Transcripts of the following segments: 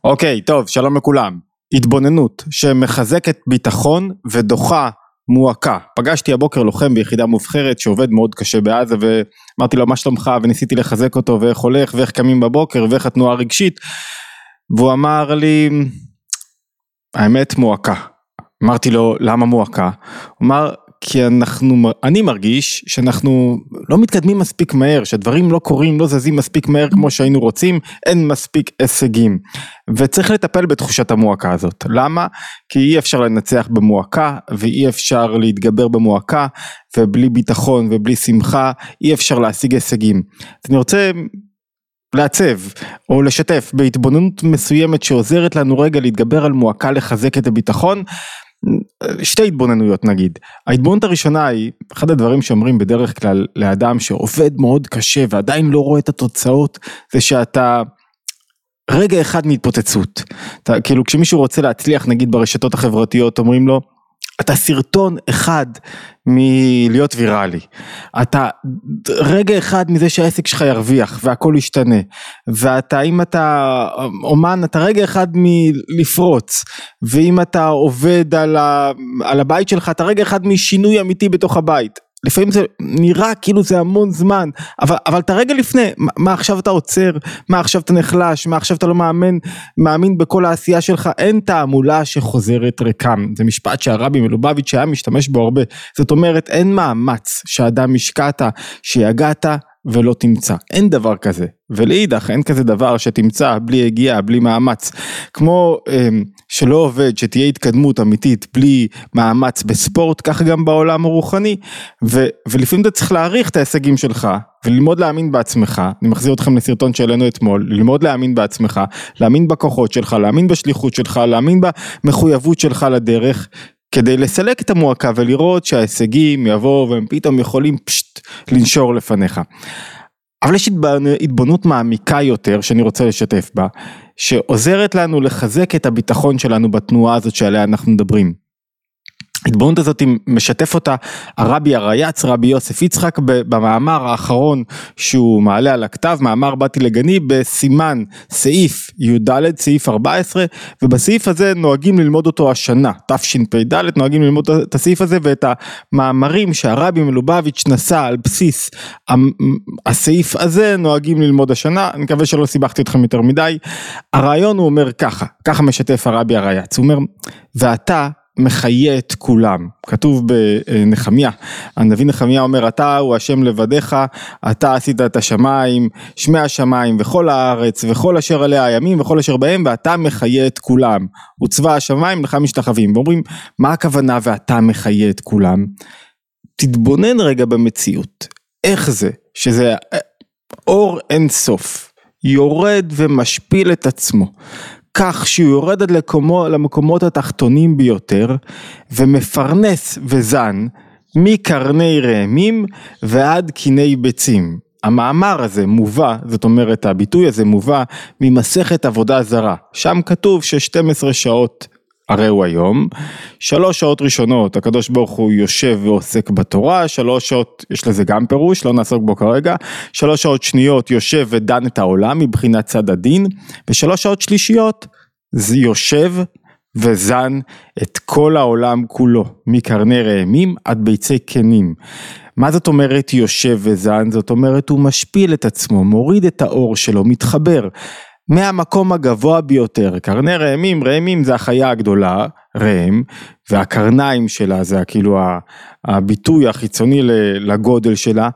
אוקיי, טוב, שלום לכולם. התבוננות שמחזקת ביטחון ודוחה מועקה. פגשתי הבוקר לוחם ביחידה מובחרת שעובד מאוד קשה בעזה, ואמרתי לו מה שלומך, וניסיתי לחזק אותו ואיך הולך ואיך קמים בבוקר ואיך התנועה הרגשית, והוא אמר לי, האמת מועקה. אמרתי לו למה מועקה? הוא אמר כי אני מרגיש שאנחנו לא מתקדמים מספיק מהר, שהדברים לא קורים, לא זזים מספיק מהר כמו שהיינו רוצים, אין מספיק הישגים, וצריך לטפל בתחושת המועקה הזאת. למה? כי אי אפשר לנצח במועקה, ואי אפשר להתגבר במועקה, ובלי ביטחון ובלי שמחה, אי אפשר להשיג הישגים. אז אני רוצה לעצב או לשתף בהתבוננות מסוימת שעוזרת לנו רגע להתגבר על מועקה, לחזק את הביטחון. שתי התבוננויות נגיד. ההתבוננות הראשונה היא, אחד הדברים שאומרים בדרך כלל לאדם שעובד מאוד קשה ועדיין לא רואה את התוצאות, זה שאתה רגע אחד מהתפוצצות. כאילו כשמישהו רוצה להצליח נגיד ברשתות החברתיות אומרים לו, אתה סרטון אחד מלהיות ויראלי, אתה רגע אחד מזה שהעסק שלך ירוויח והכל ישתנה, ואתה אם אתה אומן אתה רגע אחד מלפרוץ, ואם אתה עובד על הבית שלך אתה רגע אחד משינוי אמיתי בתוך הבית. לפעמים זה נראה כאילו זה המון זמן, אבל אתה רגע לפני, מה עכשיו אתה עוצר, מה עכשיו אתה נחלש, מה עכשיו אתה לא מאמין בכל העשייה שלך, אין תעמולה שחוזרת ריקם. זה משפט שהרבי מלובביץ' היה משתמש בו הרבה. זאת אומרת, אין מאמץ שהאדם השקעת, שיגעת ולא תמצא. אין דבר כזה. ולאידך, אין כזה דבר שתמצא בלי הגיעה, בלי מאמץ. כמו שלא עובד, שתהיה התקדמות אמיתית בלי מאמץ בספורט, כך גם בעולם הרוחני. ולפעמים אתה צריך להעריך את ההישגים שלך, וללמוד להאמין בעצמך. אני מחזיר אתכם לסרטון שלנו אתמול, ללמוד להאמין בעצמך, להאמין בכוחות שלך, להאמין בשליחות שלך, להאמין במחויבות שלך לדרך, כדי לסלק את המועקה ולראות שההישגים יבואו והם פתאום יכולים לנשור לפניך. אבל יש התבוננות מעמיקה יותר שאני רוצה לשתף בה, שעוזרת לנו לחזק את הביטחון שלנו בתנועה הזאת שעליה אנחנו מדברים. התבוננות הזאת משתף אותה הרבי הרייץ, רבי יוסף יצחק, במאמר האחרון שהוא מעלה על הכתב, מאמר באתי לגני, בסימן סעיף י"ד, סעיף 14, ובסעיף הזה נוהגים ללמוד אותו השנה, תשפ"ד, נוהגים ללמוד את הסעיף הזה, ואת המאמרים שהרבי מלובביץ' נסע על בסיס הסעיף הזה, נוהגים ללמוד השנה. אני מקווה שלא סיבכתי אתכם יותר מדי. הרעיון הוא אומר ככה משתף הרבי הרייץ, הוא אומר, ואתה מחיה את כולם. כתוב בנחמיה, הנביא נחמיה אומר, אתה הוא השם לבדיך, אתה עשית את השמיים, שמי השמיים וכל הארץ וכל אשר עליה הימים וכל אשר בהם, ואתה מחיה את כולם, וצבא השמיים לך משתחווים. ואומרים, מה הכוונה ואתה מחיה את כולם? תתבונן רגע במציאות, איך זה שזה אור אין סוף, יורד ומשפיל את עצמו, כך שהוא יורד עד למקומות התחתונים ביותר, ומפרנס וזן מקרני רעמים ועד קיני ביצים. המאמר הזה מובא, זאת אומרת הביטוי הזה מובא ממסכת עבודה זרה. שם כתוב ש12 שעות הרי הוא היום, 3 שעות ראשונות הקדוש ברוך הוא יושב ועוסק בתורה, 3 שעות יש לזה גם פירוש, לא נעסוק בו כרגע, 3 שעות שניות יושב ודן את העולם מבחינת צד הדין, ו3 שעות שלישיות זה יושב וזן את כל העולם כולו, מקרני רעמים עד ביצי קנים. מה זאת אומרת יושב וזן? זאת אומרת הוא משפיל את עצמו, מוריד את האור שלו, מתחבר מהמקום הגבוה ביותר. קרני רעמים זה החיה הגדולה, רעם, והקרניים שלה זה כאילו הביטוי החיצוני לגודל שלה,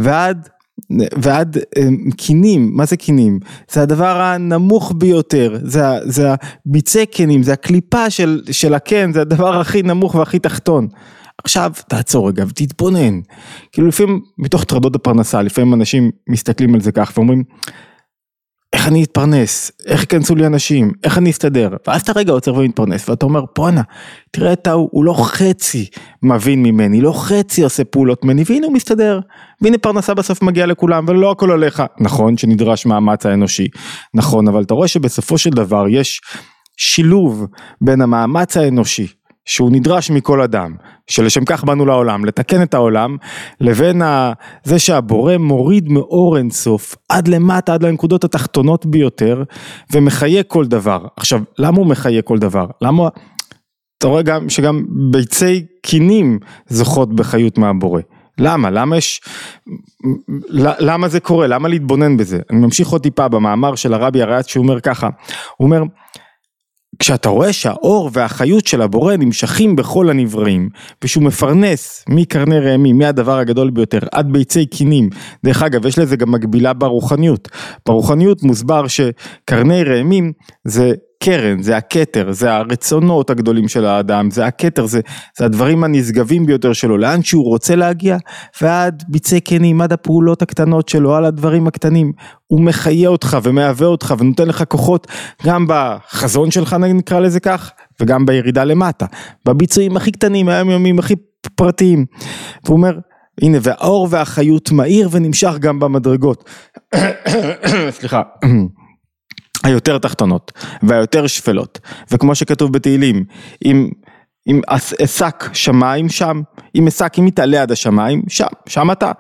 ועד קינים. מה זה קינים? זה הדבר הנמוך ביותר, זה הביצי קנים, זה הקליפה של הקן, זה הדבר הכי נמוך והכי תחתון. עכשיו תעצור רגע ותתבונן, כאילו לפעמים מתוך טרדות הפרנסה, לפעמים אנשים מסתכלים על זה כך ואומרים, איך אני אתפרנס, איך יכנסו לי אנשים, איך אני אסתדר, ואז אתה רגע עוצר ומתפרנס, ואתה אומר, פונה, תראה את הוא לא חצי מבין ממני, לא חצי עושה פעולות ממני, והנה הוא מסתדר, והנה פרנסה בסוף מגיעה לכולם, ולא הכל עליך. נכון שנדרש מאמץ האנושי, נכון, אבל אתה רואה שבסופו של דבר יש שילוב בין המאמץ האנושי, שהוא נדרש מכל אדם, שלשם כך באנו לעולם, לתקן את העולם, לבין זה שהבורא מוריד מאור אינסוף, עד למטה, עד לנקודות התחתונות ביותר, ומחיה כל דבר. עכשיו, למה הוא מחיה כל דבר? למה, אתה רואה גם, שגם ביצי קינים זוכות בחיות מהבורא. למה? למה זה קורה? למה להתבונן בזה? אני ממשיך עוד טיפה במאמר של הרבי הריי"צ, שהוא אומר ככה, הוא אומר, כשאתה רואה שהאור והחיות של הבורא נמשכים בכל הנבראים, ושהוא מפרנס מקרני רעמים, מהדבר הגדול ביותר, עד ביצי קינים, דרך אגב, יש לזה גם מקבילה ברוחניות. ברוחניות מוסבר שקרני רעמים זה קרן, זה הכתר, זה הרצונות הגדולים של האדם, זה הכתר, זה הדברים הנשגבים ביותר שלו, לאן שהוא רוצה להגיע, ועד ביצי קינים, עד הפעולות הקטנות שלו, על הדברים הקטנים, הוא מחיה אותך ומהווה אותך, ונותן לך כוחות, גם בחזון שלך נקרא לזה כך, וגם בירידה למטה, בביצועים הכי קטנים, היומיומיים הכי פרטיים, והוא אומר, הנה, והאור והחיות מהיר ונמשך גם במדרגות, סליחה, היותר תחתונות והיותר שפלות, וכמו שכתוב בתהילים, אם אסק שמיים שם, אם יתעלה עד השמיים, שם אתה,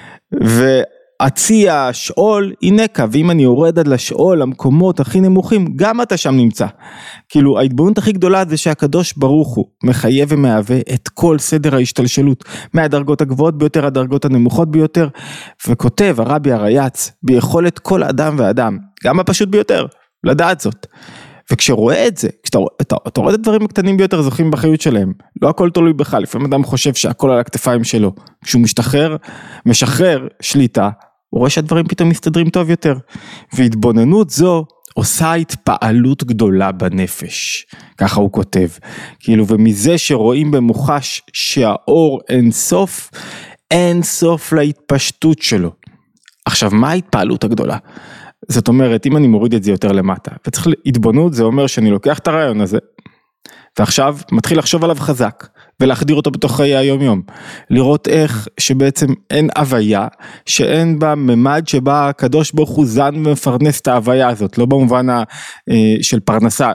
והציע שאול הינקה, ואם אני יורד עד לשאול, המקומות הכי נמוכים, גם אתה שם נמצא. כאילו ההתבוננות הכי גדולה זה שהקדוש ברוך הוא מחיה ומהווה את כל סדר ההשתלשלות, מהדרגות הגבוהות ביותר, הדרגות הנמוכות ביותר, וכותב הרבי הריי"צ, ביכולת כל אדם ואדם, גם הפשוט ביותר, לדעת זאת. וכשרואה את זה, אתה רואה את הדברים הקטנים ביותר זוכים בחיות שלהם, לא הכל תלוי בך, לפעמים אדם חושב שהכל על הכתפיים שלו, כשהוא משחרר שליטה, הוא רואה שהדברים פתאום מסתדרים טוב יותר, והתבוננות זו עושה התפעלות גדולה בנפש, ככה הוא כותב, כאילו ומזה שרואים במוחש שהאור אין סוף להתפשטות שלו. עכשיו מה ההתפעלות הגדולה? זאת אומרת, אם אני מוריד את זה יותר למטה, וצריך התבוננות, זה אומר שאני לוקח את הרעיון הזה, ועכשיו מתחיל לחשוב עליו חזק, ולהחדיר אותו בתוך חיי היום יום, לראות איך שבעצם אין הוויה, שאין בה ממד שבה הקדוש ברוך הוא זן ומפרנס את ההוויה הזאת, לא במובן של פרנסה,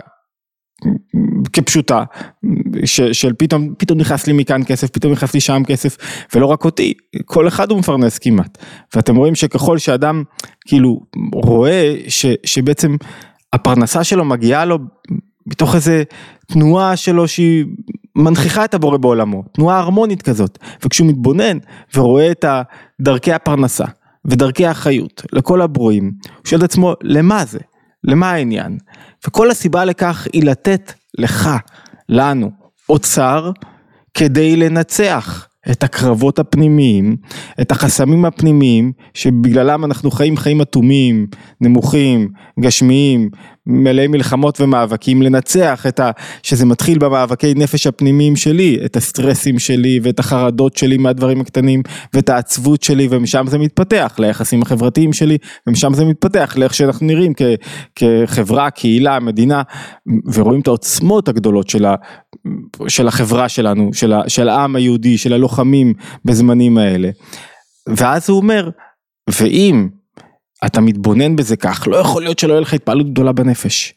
כפשוטה, של פתאום נכנס לי מכאן כסף, פתאום נכנס לי שם כסף, ולא רק אותי, כל אחד הוא מפרנס כמעט, ואתם רואים שככל שאדם כאילו רואה שבעצם הפרנסה שלו מגיעה לו, מתוך איזה תנועה שלו שהיא מנכיחה את הבורא בעולמו, תנועה הרמונית כזאת, וכשהוא מתבונן ורואה את דרכי הפרנסה, ודרכי החיות, לכל הברואים, הוא שואל את עצמו, למה זה? למה העניין? וכל הסיבה לכך היא לתת לך, לנו, אוצר, כדי לנצח את הקרבות הפנימיים, את החסמים הפנימיים, שבגללם אנחנו חיים אטומים, נמוכים, גשמיים, מלאי מלחמות ומאבקים, לנצח שזה מתחיל במאבקי נפש הפנימיים שלי, את הסטרסים שלי, ואת החרדות שלי מהדברים הקטנים, ואת העצבות שלי, ומשם זה מתפתח, ליחסים החברתיים שלי, ומשם זה מתפתח, לאיך שאנחנו נראים כחברה, קהילה, מדינה, ורואים את העוצמות הגדולות של החברה שלנו, של העם היהודי, של הלוחמים בזמנים האלה. ואז הוא אומר, ואם אתה מתבונן בזה כך, לא יכול להיות שלא יהיה לך התפעלות גדולה בנפש.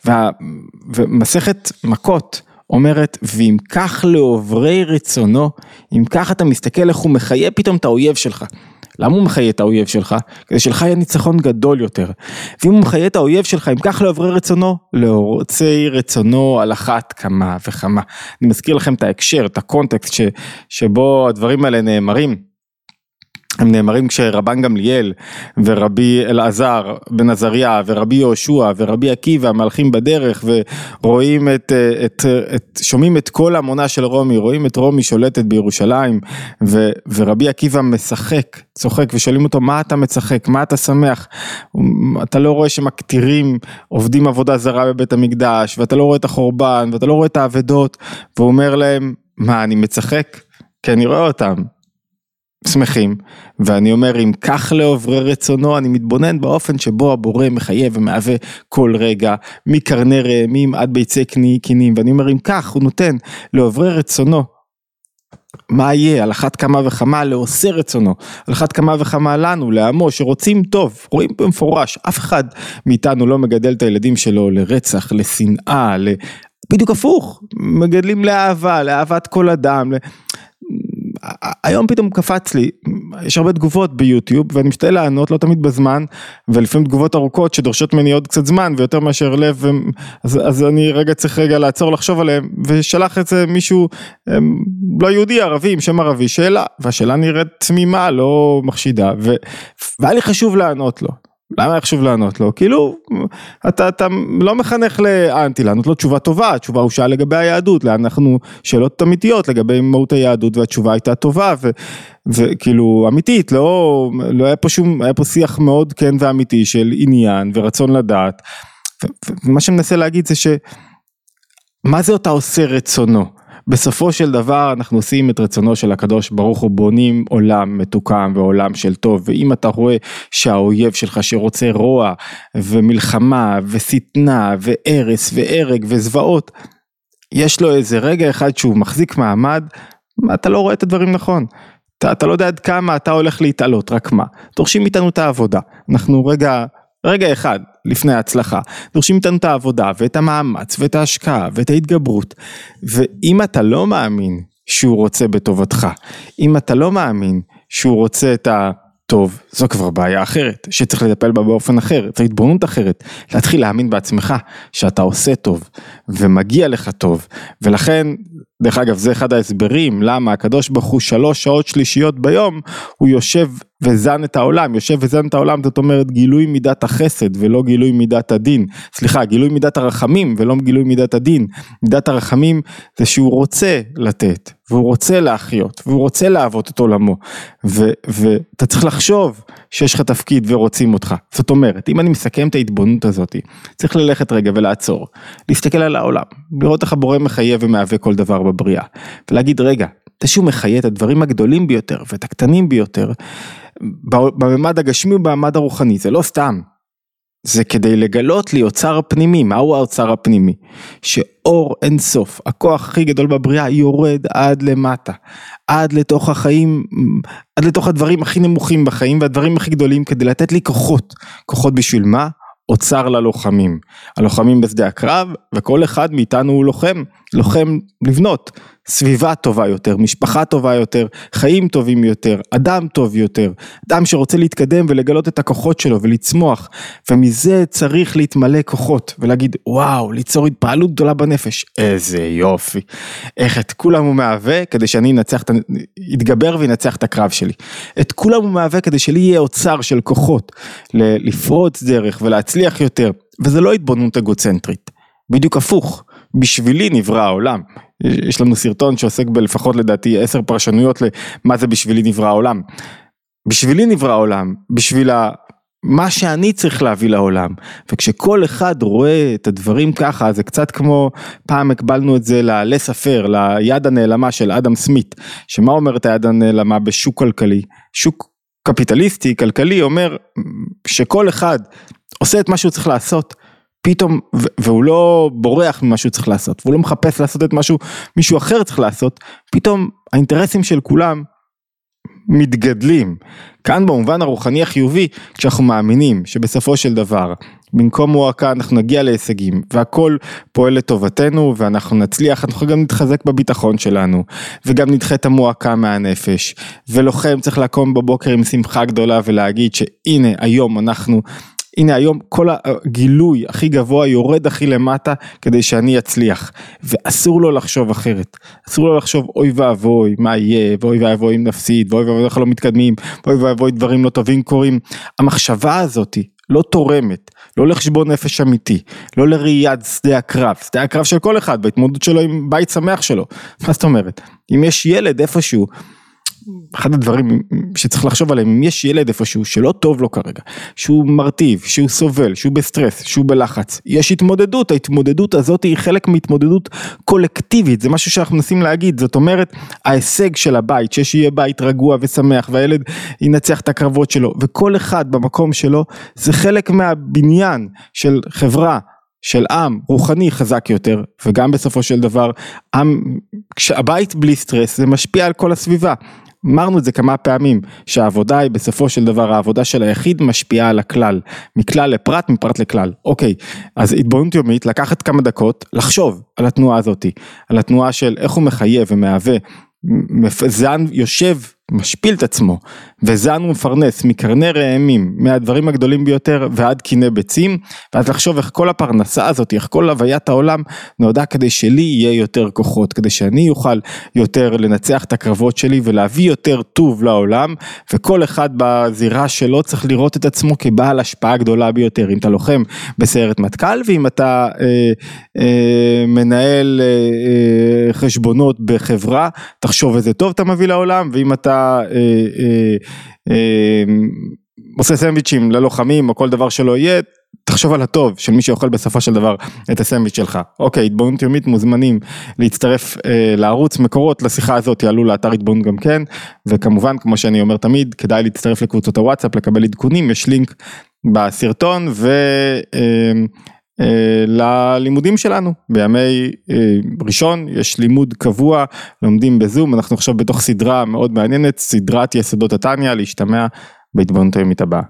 ומסכת מכות אומרת, ואם כך לעוברי רצונו, אם כך אתה מסתכל איך הוא מחיה פתאום את האויב שלך. למה הוא מחיה את האויב שלך? כדי שלך יהיה ניצחון גדול יותר. ואם הוא מחיה את האויב שלך, אם כך לעוברי רצונו, לעורצי רצונו על אחת כמה וכמה. אני מזכיר לכם את ההקשר, את הקונטקסט שבו הדברים האלה נאמרים. הם נאמרים כשרבן גמליאל ורבי אלעזר בן עזריה ורבי יהושע ורבי עקיבא מלכים בדרך ורואים שומעים את כל המונה של רומי, רואים את רומי שולטת בירושלים ורבי עקיבא משחק, צוחק ושואלים אותו מה אתה מצחק, מה אתה שמח, אתה לא רואה שמקטירים עובדים עבודה זרה בבית המקדש ואתה לא רואה את החורבן ואתה לא רואה את העבדות, והוא אומר להם מה אני מצחק? כי אני רואה אותם שמחים, ואני אומר אם כך לעוברי רצונו, אני מתבונן באופן שבו הבורא מחייב ומהווה כל רגע, מקרני רעמים עד ביצי קינים, ואני אומר אם כך הוא נותן לעוברי רצונו, מה יהיה? על אחת כמה וכמה לעושה רצונו, על אחת כמה וכמה לנו, לעמו, שרוצים טוב, רואים במפורש, אף אחד מאיתנו לא מגדל את הילדים שלו לרצח, לשנאה, בדיוק הפוך, מגדלים לאהבה, לאהבת כל אדם, היום פתאום קפץ לי, יש הרבה תגובות ביוטיוב, ואני משתדל לענות, לא תמיד בזמן, ולפעמים תגובות ארוכות שדורשות ממני עוד קצת זמן, ויותר מאשר לב, אז אני רגע צריך לעצור לחשוב עליהם, ושלח את זה מישהו, לא יהודי, ערבי, עם שם ערבי, שאלה, והשאלה נראית תמימה, לא מחשידה, והיה לי חשוב לענות לו. למה היה חשוב לענות לו? כאילו, אתה לא מחנך לאנטי, לענות לו תשובה טובה, התשובה הוא שאל לגבי היהדות, אנחנו שאלות אמיתיות לגבי מהות היהדות, והתשובה הייתה טובה, וכאילו אמיתית, לא היה פה היה פה שיח מאוד כן ואמיתי של עניין ורצון לדעת, ומה שמנסה להגיד זה מה זה אותה עושה רצונו? בסופו של דבר אנחנו עושים את רצונו של הקדוש ברוך הוא, בונים עולם מתוקם ועולם של טוב, ואם אתה רואה שהאויב שלך שרוצה רוע ומלחמה וסתנה והרס והרג וזוועות, יש לו איזה רגע אחד שהוא מחזיק מעמד, אתה לא רואה את הדברים נכון, אתה לא יודע עד כמה אתה הולך להתעלות, רק מה, דורשים איתנו את העבודה, אנחנו רגע אחד לפני ההצלחה, דורשים איתנו את העבודה ואת המאמץ ואת ההשקעה ואת ההתגברות, ואם אתה לא מאמין שהוא רוצה בטובתך, אם אתה לא מאמין שהוא רוצה את הטוב, זו כבר בעיה אחרת, שצריך לטפל בה באופן אחר, צריך התבוננות אחרת, להתחיל להאמין בעצמך שאתה עושה טוב ומגיע לך טוב, ולכן דרך אגב זה אחד ההסברים למה הקדוש ברוך הוא 3 שעות שלישיות ביום הוא יושב וזן את העולם, יושב וזן את העולם, זאת אומרת גילוי מידת החסד ולא גילוי מידת הדין, סליחה, גילוי מידת הרחמים ולא גילוי מידת הדין, מידת הרחמים זה שהוא רוצה לתת, והוא רוצה להחיות, והוא רוצה לעבוד את עולמו, ואתה צריך לחשוב שיש לך תפקיד ורוצים אותך, זאת אומרת, אם אני מסכם את ההתבוננות הזאת, צריך ללכת רגע ולעצור, להסתכל על העולם, לראות איך הבורא מחיה ומהווה כל דבר בבריאה, ולהגיד רגע, אתה שהוא מחיה את הדברים הגדולים ביותר, ואת הקטנים ביותר, בממד הגשמי ובממד הרוחני, זה לא סתם, זה כדי לגלות לי אוצר הפנימי, מהו האוצר הפנימי? שאור אין סוף, הכוח הכי גדול בבריאה יורד עד למטה, עד לתוך החיים, עד לתוך הדברים הכי נמוכים בחיים, והדברים הכי גדולים כדי לתת לי כוחות, כוחות בשביל מה? אוצר ללוחמים, הלוחמים בשדה הקרב, וכל אחד מאיתנו הוא לוחם לבנות, סביבה טובה יותר, משפחה טובה יותר, חיים טובים יותר, אדם טוב יותר, אדם שרוצה להתקדם ולגלות את הכוחות שלו ולצמוח, ומזה צריך להתמלא כוחות, ולהגיד וואו, ליצור התפעלות גדולה בנפש, איזה יופי, איך את כולם הוא מהווה, כדי שאני אתגבר וינצח את הקרב שלי, את כולם הוא מהווה כדי שלי יהיה אוצר של כוחות, לפרוץ דרך ולהצליח יותר, וזה לא התבוננות אגוצנטרית, בדיוק הפוך, בשבילי נברא העולם, יש לנו סרטון שעוסק בלפחות לדעתי 10 פרשנויות למה זה בשבילי נברא העולם, בשבילי נברא העולם, בשביל מה שאני צריך להביא לעולם, וכשכל אחד רואה את הדברים ככה, זה קצת כמו, פעם הקבלנו את זה לספר, ליד הנעלמה של אדם סמית, שמה אומרת היד הנעלמה בשוק כלכלי, שוק קפיטליסטי, כלכלי, אומר שכל אחד עושה את מה שהוא צריך לעשות, פתאום, והוא לא בורח ממה שהוא צריך לעשות, והוא לא מחפש לעשות את משהו, מישהו אחר צריך לעשות, פתאום האינטרסים של כולם מתגדלים. כאן במובן הרוחני החיובי, כשאנחנו מאמינים שבסופו של דבר, במקום מועקה אנחנו נגיע להישגים, והכל פועל לטובתנו, ואנחנו נצליח, אנחנו גם נתחזק בביטחון שלנו, וגם נדחה את המועקה מהנפש, ולוחם צריך לקום בבוקר עם שמחה גדולה, ולהגיד שהנה היום הנה היום כל הגילוי הכי גבוה יורד הכי למטה כדי שאני אצליח, ואסור לו לחשוב אחרת, אסור לו לחשוב אוי ואבוי מה יהיה, ואוי ואבוי אם נפסיד, ואוי ואבוי איך לא מתקדמים, ואוי ואבוי דברים לא טובים קורים, המחשבה הזאת לא תורמת, לא לחשבון נפש אמיתי, לא לראיית שדה הקרב של כל אחד, בהתמודדות שלו עם בית שמח שלו, מה זאת אומרת? אם יש ילד איפשהו, אחד הדברים שצריך לחשוב עליהם, אם יש ילד איפשהו שלא טוב לו כרגע, שהוא מרטיב, שהוא סובל, שהוא בסטרס, שהוא בלחץ, יש התמודדות, ההתמודדות הזאת היא חלק מהתמודדות קולקטיבית, זה משהו שאנחנו מנסים להגיד, זאת אומרת, ההישג של הבית, שיהיה בית רגוע ושמח, והילד ינצח את הקרבות שלו, וכל אחד במקום שלו, זה חלק מהבניין של חברה, של עם רוחני חזק יותר, וגם בסופו של דבר, הבית בלי סטרס, זה משפיע על כל הסביבה, אמרנו את זה כמה פעמים, שהעבודה היא בסופו של דבר, העבודה של היחיד משפיעה על הכלל, מכלל לפרט, מפרט לכלל. אוקיי, אז התבוננות יומית, לקחת כמה דקות, לחשוב על התנועה הזאת, על התנועה של איך הוא מחייב ומהווה, זן יושב, משפיל את עצמו, וזן ומפרנס מקרני רעמים, מהדברים הגדולים ביותר ועד קיני ביצים, ואז לחשוב איך כל הפרנסה הזאת, איך כל הוויית העולם נועדה כדי שלי יהיה יותר כוחות, כדי שאני אוכל יותר לנצח את הקרבות שלי ולהביא יותר טוב לעולם, וכל אחד בזירה שלו צריך לראות את עצמו כבעל השפעה גדולה ביותר, אם אתה לוחם בסיירת מטכ"ל, ואם אתה מנהל חשבונות בחברה, תחשוב איזה טוב אתה מביא לעולם, ואם אתה עושה סנדוויצ'ים ללוחמים או כל דבר שלא יהיה, תחשוב על הטוב של מי שאוכל בסופו של דבר את הסנדוויץ' שלך. אוקיי, התבוננות יומית, מוזמנים להצטרף לערוץ מקורות, לשיחה הזאת יעלו לאתר התבוננות גם כן, וכמובן כמו שאני אומר תמיד, כדאי להצטרף לקבוצות הוואטסאפ, לקבל עדכונים, יש לינק בסרטון ללימודים שלנו, בימי ראשון יש לימוד קבוע, לומדים בזום, אנחנו עכשיו בתוך סדרה מאוד מעניינת, סדרת יסודות התניא, להשתמע בהתבוננות היומית הבאה.